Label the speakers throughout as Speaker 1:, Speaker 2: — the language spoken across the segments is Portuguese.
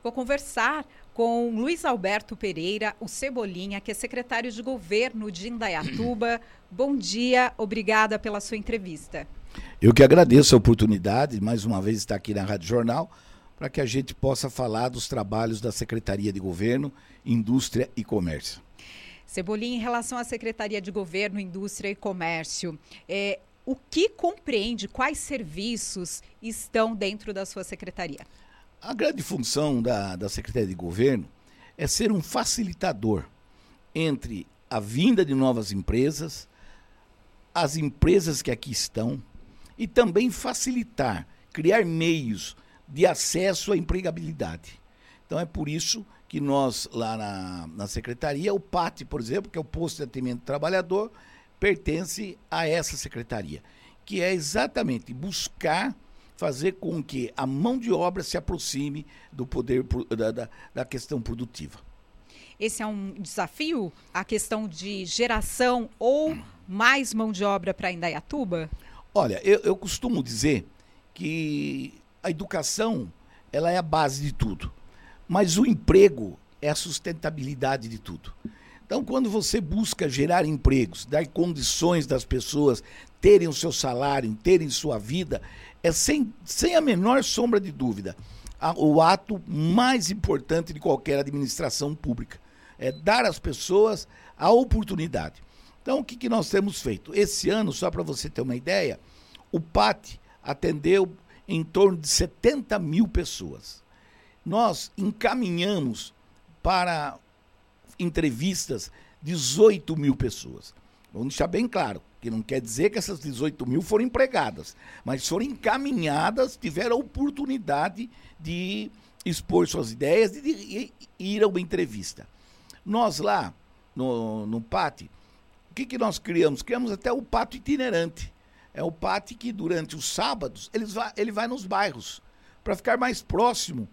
Speaker 1: Vou conversar com Luiz Alberto Pereira, o Cebolinha, que é secretário de governo de Indaiatuba. Bom dia, obrigada pela sua entrevista.
Speaker 2: Eu que agradeço a oportunidade, mais uma vez, estar aqui na Rádio Jornal, para que a gente possa falar dos trabalhos da Secretaria de Governo, Indústria e Comércio.
Speaker 1: Cebolinha, em relação à Secretaria de Governo, Indústria e Comércio, o que compreende, quais serviços estão dentro da sua secretaria?
Speaker 2: A grande função da Secretaria de Governo é ser um facilitador entre a vinda de novas empresas, as empresas que aqui estão, e também facilitar, criar meios de acesso à empregabilidade. Então é por isso que nós, lá na Secretaria, o PAT, por exemplo, que é o Posto de Atendimento do Trabalhador, pertence a essa Secretaria, que é exatamente buscar fazer com que a mão de obra se aproxime do poder da questão produtiva.
Speaker 1: Esse é um desafio, a questão de geração ou mais mão de obra para Indaiatuba?
Speaker 2: Olha, eu costumo dizer que a educação ela é a base de tudo, mas o emprego é a sustentabilidade de tudo. Então, quando você busca gerar empregos, dar condições das pessoas terem o seu salário, terem sua vida, é sem a menor sombra de dúvida o ato mais importante de qualquer administração pública. É dar às pessoas a oportunidade. Então, o que nós temos feito? Esse ano, só para você ter uma ideia, o PAT atendeu em torno de 70 mil pessoas. Nós encaminhamos para entrevistas 18 mil pessoas. Vamos deixar bem claro, que não quer dizer que essas 18 mil foram empregadas, mas foram encaminhadas, tiveram a oportunidade de expor suas ideias, de ir a uma entrevista. Nós lá, no PAT, o que nós criamos? Criamos até o PAT itinerante. É o PAT que, durante os sábados, ele vai nos bairros, para ficar mais próximo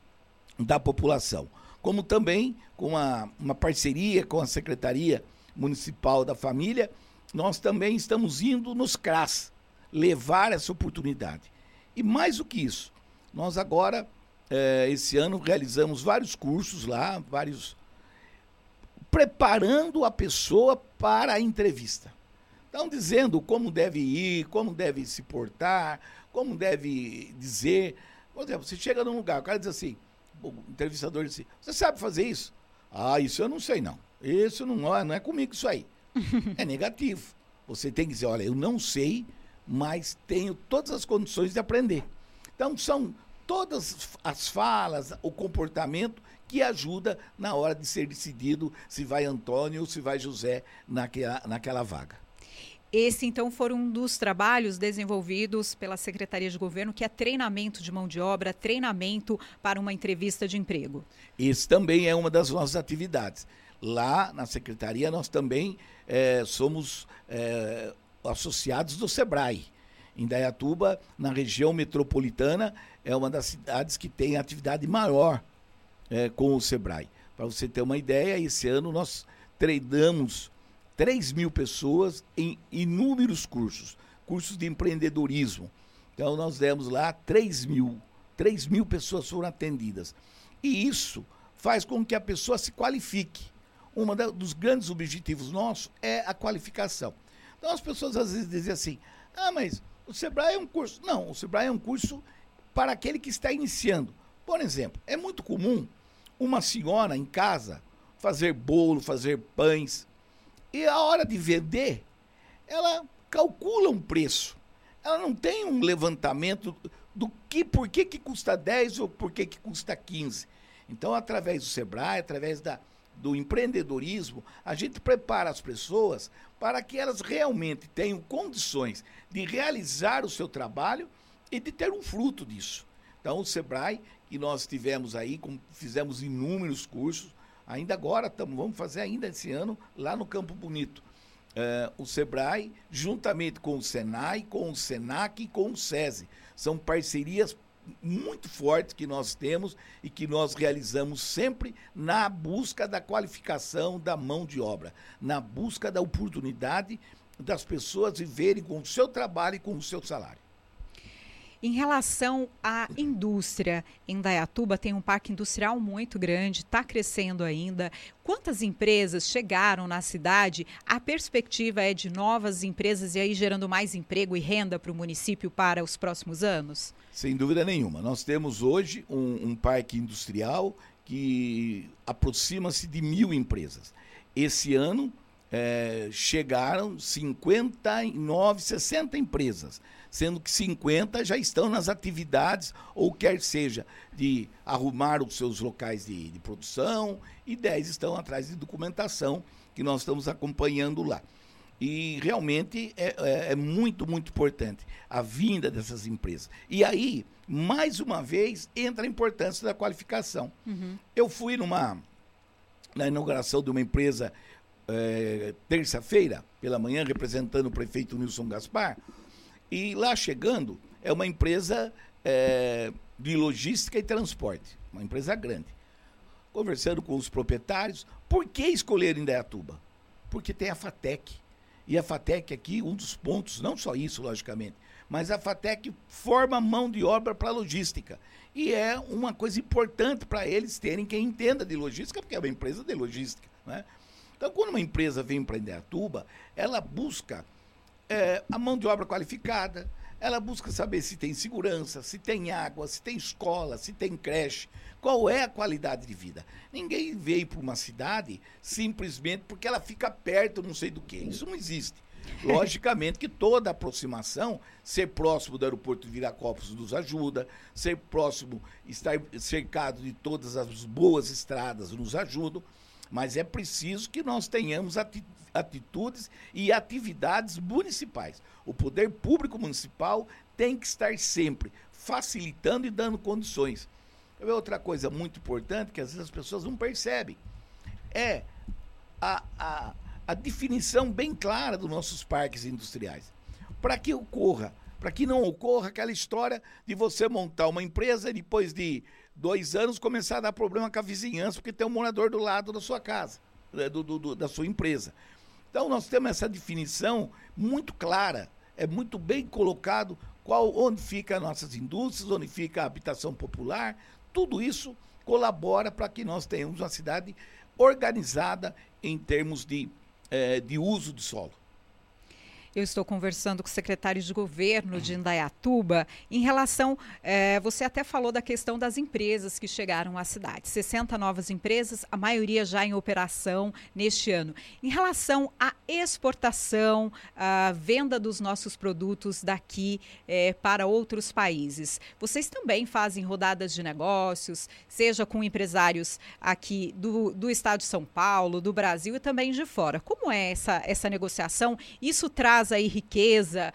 Speaker 2: da população. Como também com uma parceria com a Secretaria Municipal da Família, nós também estamos indo nos CRAS, levar essa oportunidade. E mais do que isso, nós agora, esse ano, realizamos vários cursos lá, preparando a pessoa para a entrevista. Então, dizendo como deve ir, como deve se portar, como deve dizer. Por exemplo, você chega num lugar, o cara diz assim, o entrevistador diz assim, você sabe fazer isso? Ah, isso eu não sei não. Isso não é comigo isso aí. É negativo. Você tem que dizer, olha, eu não sei, mas tenho todas as condições de aprender. Então, são todas as falas, o comportamento que ajuda na hora de ser decidido se vai Antônio ou se vai José naquela vaga.
Speaker 1: Esse, então, foi um dos trabalhos desenvolvidos pela Secretaria de Governo, que é treinamento de mão de obra, treinamento para uma entrevista de emprego.
Speaker 2: Esse também é uma das nossas atividades. Lá na Secretaria, nós também somos associados do SEBRAE. Indaiatuba, na região metropolitana, é uma das cidades que tem atividade maior com o SEBRAE. Para você ter uma ideia, esse ano nós treinamos 3 mil pessoas em inúmeros cursos de empreendedorismo. Então, nós demos lá 3 mil pessoas foram atendidas. E isso faz com que a pessoa se qualifique. Um dos grandes objetivos nossos é a qualificação. Então, as pessoas às vezes dizem assim, mas o SEBRAE é um curso. Não, o SEBRAE é um curso para aquele que está iniciando. Por exemplo, é muito comum uma senhora em casa fazer bolo, fazer pães, e a hora de vender, ela calcula um preço. Ela não tem um levantamento por que custa 10 ou por que custa 15. Então, através do SEBRAE, através do empreendedorismo, a gente prepara as pessoas para que elas realmente tenham condições de realizar o seu trabalho e de ter um fruto disso. Então, o SEBRAE, que nós tivemos aí, fizemos inúmeros cursos, ainda agora, vamos fazer ainda esse ano, lá no Campo Bonito. O SEBRAE, juntamente com o SENAI, com o SENAC e com o SESI. São parcerias muito fortes que nós temos e que nós realizamos sempre na busca da qualificação da mão de obra, na busca da oportunidade das pessoas viverem com o seu trabalho e com o seu salário.
Speaker 1: Em relação à indústria, Indaiatuba tem um parque industrial muito grande, está crescendo ainda. Quantas empresas chegaram na cidade? A perspectiva é de novas empresas e aí gerando mais emprego e renda para o município para os próximos anos?
Speaker 2: Sem dúvida nenhuma. Nós temos hoje um parque industrial que aproxima-se de 1.000 empresas. Esse ano chegaram 59, 60 empresas, sendo que 50 já estão nas atividades, ou quer seja, de arrumar os seus locais de produção, e 10 estão atrás de documentação, que nós estamos acompanhando lá. E realmente é muito, muito importante a vinda dessas empresas. E aí, mais uma vez, entra a importância da qualificação. Uhum. Eu fui na inauguração de uma empresa terça-feira, pela manhã, representando o prefeito Nilson Gaspar, e lá chegando, é uma empresa de logística e transporte, uma empresa grande. Conversando com os proprietários, por que escolher Indaiatuba? Porque tem a FATEC. E a FATEC aqui, um dos pontos, não só isso, logicamente, mas a FATEC forma mão de obra para a logística. E é uma coisa importante para eles terem quem entenda de logística, porque é uma empresa de logística, né? Então, quando uma empresa vem para Indaiatuba, ela busca a mão de obra qualificada, ela busca saber se tem segurança, se tem água, se tem escola, se tem creche, qual é a qualidade de vida. Ninguém veio para uma cidade simplesmente porque ela fica perto não sei do que. Isso não existe. Logicamente que toda aproximação, ser próximo do aeroporto de Viracopos nos ajuda, ser próximo, estar cercado de todas as boas estradas nos ajuda, mas é preciso que nós tenhamos atitudes e atividades municipais. O poder público municipal tem que estar sempre facilitando e dando condições. Outra coisa muito importante que às vezes as pessoas não percebem é a definição bem clara dos nossos parques industriais. Para que não ocorra aquela história de você montar uma empresa e depois de 2 anos começar a dar problema com a vizinhança, porque tem um morador do lado da sua casa, da sua empresa. Então, nós temos essa definição muito clara, é muito bem colocado onde ficam as nossas indústrias, onde fica a habitação popular. Tudo isso colabora para que nós tenhamos uma cidade organizada em termos de uso de solo.
Speaker 1: Eu estou conversando com o secretário de governo de Indaiatuba em relação, você até falou da questão das empresas que chegaram à cidade. 60 novas empresas, a maioria já em operação neste ano. Em relação à exportação, à venda dos nossos produtos daqui para outros países, vocês também fazem rodadas de negócios, seja com empresários aqui do estado de São Paulo, do Brasil e também de fora. Como é essa negociação? Isso traz aí riqueza,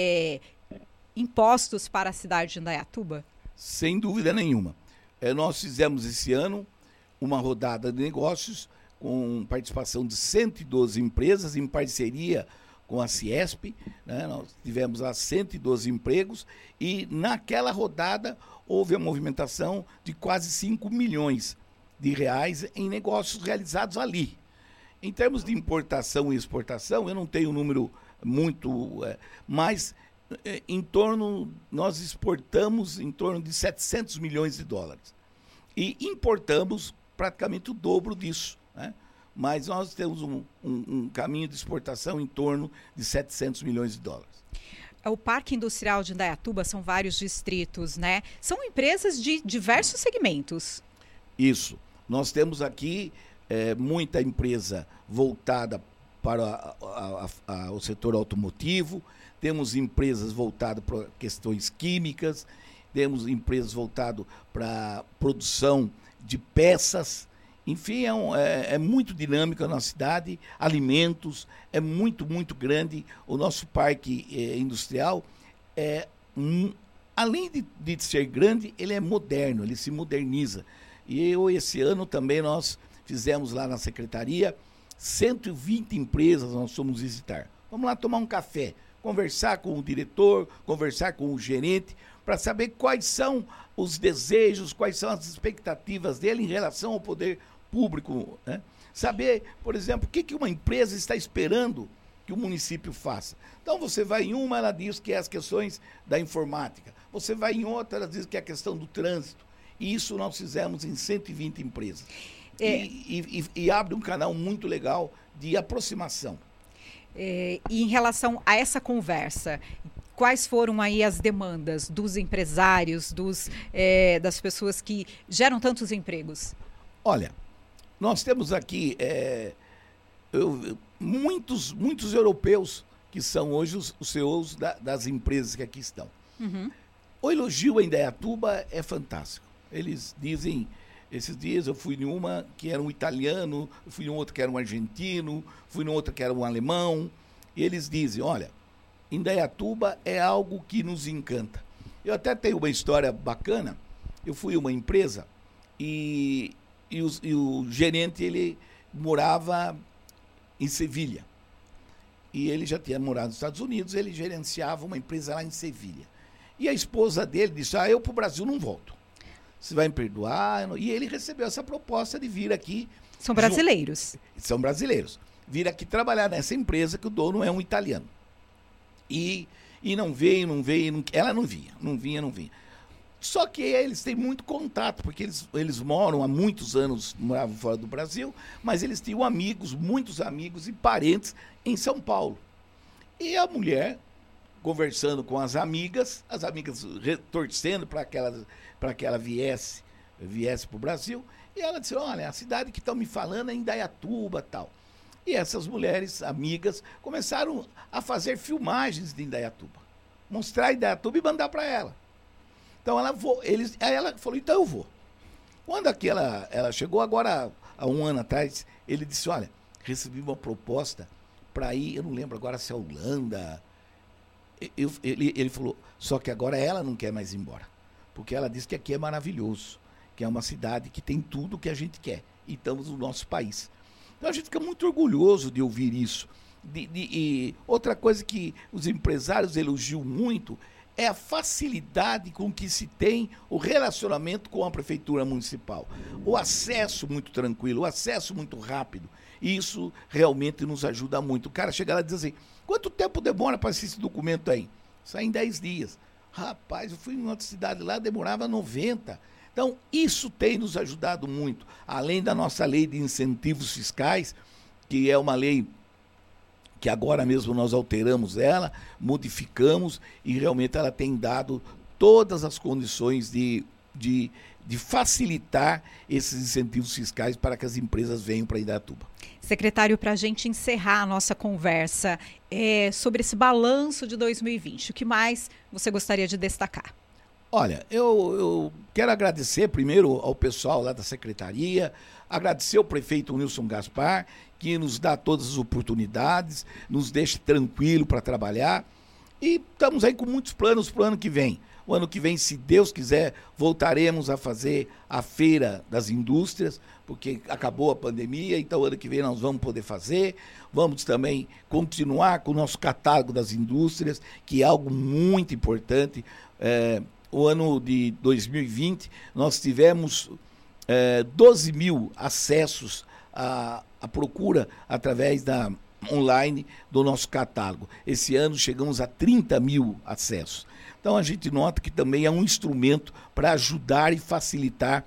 Speaker 1: impostos para a cidade de Indaiatuba?
Speaker 2: Sem dúvida nenhuma. Nós fizemos esse ano uma rodada de negócios com participação de 112 empresas em parceria com a Ciesp, né? Nós tivemos lá 112 empregos e naquela rodada houve a movimentação de quase 5 milhões de reais em negócios realizados ali. Em termos de importação e exportação, eu não tenho um número muito, mas nós exportamos em torno de 700 milhões de dólares e importamos praticamente o dobro disso, né? Mas nós temos um caminho de exportação em torno de 700 milhões de dólares.
Speaker 1: O Parque Industrial de Indaiatuba são vários distritos, né? São empresas de diversos segmentos.
Speaker 2: Isso. Nós temos aqui muita empresa voltada para o setor automotivo, temos empresas voltadas para questões químicas, temos empresas voltadas para produção de peças, enfim, é muito dinâmica a nossa cidade, alimentos, é muito, muito grande. O nosso parque industrial, além de ser grande, ele é moderno, ele se moderniza. E esse ano também nós fizemos lá na secretaria 120 empresas nós fomos visitar. Vamos lá tomar um café, conversar com o diretor, conversar com o gerente, para saber quais são os desejos, quais são as expectativas dele em relação ao poder público, né? Saber, por exemplo, o que uma empresa está esperando que o município faça. Então você vai em uma, ela diz que é as questões da informática. Você vai em outra, às vezes, que é a questão do trânsito. E isso nós fizemos em 120 empresas. E abre um canal muito legal de aproximação.
Speaker 1: E em relação a essa conversa, quais foram aí as demandas dos empresários, das pessoas que geram tantos empregos?
Speaker 2: Olha, nós temos aqui muitos europeus que são hoje os CEOs das empresas que aqui estão.
Speaker 1: Uhum.
Speaker 2: O elogio em Indaiatuba é fantástico. Eles dizem, esses dias eu fui em uma que era um italiano, fui em outra que era um argentino, fui em outra que era um alemão, e eles dizem, olha, Indaiatuba é algo que nos encanta. Eu até tenho uma história bacana, eu fui em uma empresa e o gerente, ele morava em Sevilha. E ele já tinha morado nos Estados Unidos, ele gerenciava uma empresa lá em Sevilha. E a esposa dele disse, eu para o Brasil não volto. Você vai me perdoar? E ele recebeu essa proposta de vir aqui.
Speaker 1: São brasileiros.
Speaker 2: São brasileiros. Vir aqui trabalhar nessa empresa que o dono é um italiano. E não veio, ela não vinha. Só que eles têm muito contato, porque eles moram há muitos anos, moravam fora do Brasil, mas eles tinham muitos amigos e parentes em São Paulo. E a mulher, conversando com as amigas torcendo para que ela viesse para o Brasil, e ela disse, olha, a cidade que estão me falando é Indaiatuba e tal. E essas mulheres, amigas, começaram a fazer filmagens de Indaiatuba, mostrar Indaiatuba e mandar para ela. Então ela falou, então eu vou. Quando aqui ela chegou agora, há um ano atrás, ele disse, olha, recebi uma proposta para ir, eu não lembro agora se é Holanda. Ele falou, só que agora ela não quer mais ir embora. Porque ela disse que aqui é maravilhoso, que é uma cidade que tem tudo o que a gente quer. E estamos no nosso país. Então a gente fica muito orgulhoso de ouvir isso. E outra coisa que os empresários elogiam muito é a facilidade com que se tem o relacionamento com a prefeitura municipal. O acesso muito tranquilo, o acesso muito rápido. E isso realmente nos ajuda muito. O cara chega lá e diz assim, quanto tempo demora para esse documento aí? Sai em 10 dias. Rapaz, eu fui em outra cidade lá, demorava 90. Então, isso tem nos ajudado muito. Além da nossa lei de incentivos fiscais, que é uma lei que agora mesmo nós alteramos ela, modificamos, e realmente ela tem dado todas as condições de facilitar esses incentivos fiscais para que as empresas venham para Indaiatuba.
Speaker 1: Secretário, para a gente encerrar a nossa conversa sobre esse balanço de 2020, o que mais você gostaria de destacar?
Speaker 2: Olha, eu quero agradecer primeiro ao pessoal lá da Secretaria, agradecer ao prefeito Nilson Gaspar, que nos dá todas as oportunidades, nos deixa tranquilo para trabalhar, e estamos aí com muitos planos para o ano que vem. O ano que vem, se Deus quiser, voltaremos a fazer a Feira das Indústrias, porque acabou a pandemia, então ano que vem nós vamos poder fazer. Vamos também continuar com o nosso catálogo das indústrias, que é algo muito importante. O ano de 2020, nós tivemos 12 mil acessos à procura através da online do nosso catálogo. Esse ano chegamos a 30 mil acessos. Então a gente nota que também é um instrumento para ajudar e facilitar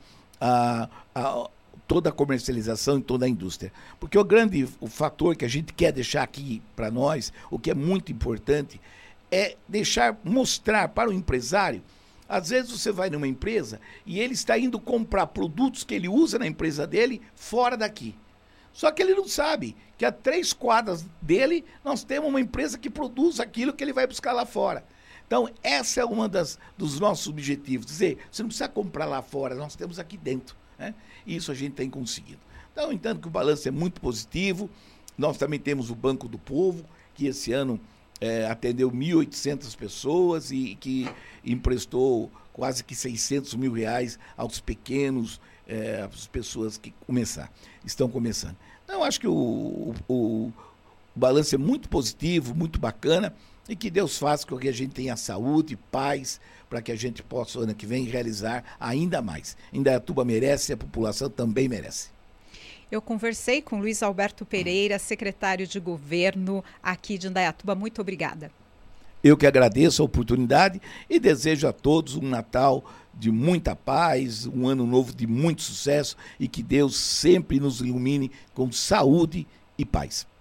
Speaker 2: toda a comercialização e toda a indústria. Porque o fator que a gente quer deixar aqui para nós, o que é muito importante, é mostrar para o empresário. Às vezes você vai numa empresa e ele está indo comprar produtos que ele usa na empresa dele fora daqui. Só que ele não sabe que a 3 quadras dele nós temos uma empresa que produz aquilo que ele vai buscar lá fora. Então, essa é uma dos nossos objetivos. Dizer, você não precisa comprar lá fora, nós temos aqui dentro. Né? Isso a gente tem conseguido. Então, eu entendo que o balanço é muito positivo. Nós também temos o Banco do Povo, que esse ano atendeu 1.800 pessoas e que emprestou quase que 600 mil reais aos pequenos, às pessoas que estão começando. Então, eu acho que o balanço é muito positivo, muito bacana, e que Deus faça com que a gente tenha saúde, paz, para que a gente possa, ano que vem, realizar ainda mais. Indaiatuba merece, a população também merece.
Speaker 1: Eu conversei com Luiz Alberto Pereira, secretário de Governo aqui de Indaiatuba. Muito obrigada.
Speaker 2: Eu que agradeço a oportunidade e desejo a todos um Natal de muita paz, um ano novo de muito sucesso e que Deus sempre nos ilumine com saúde e paz.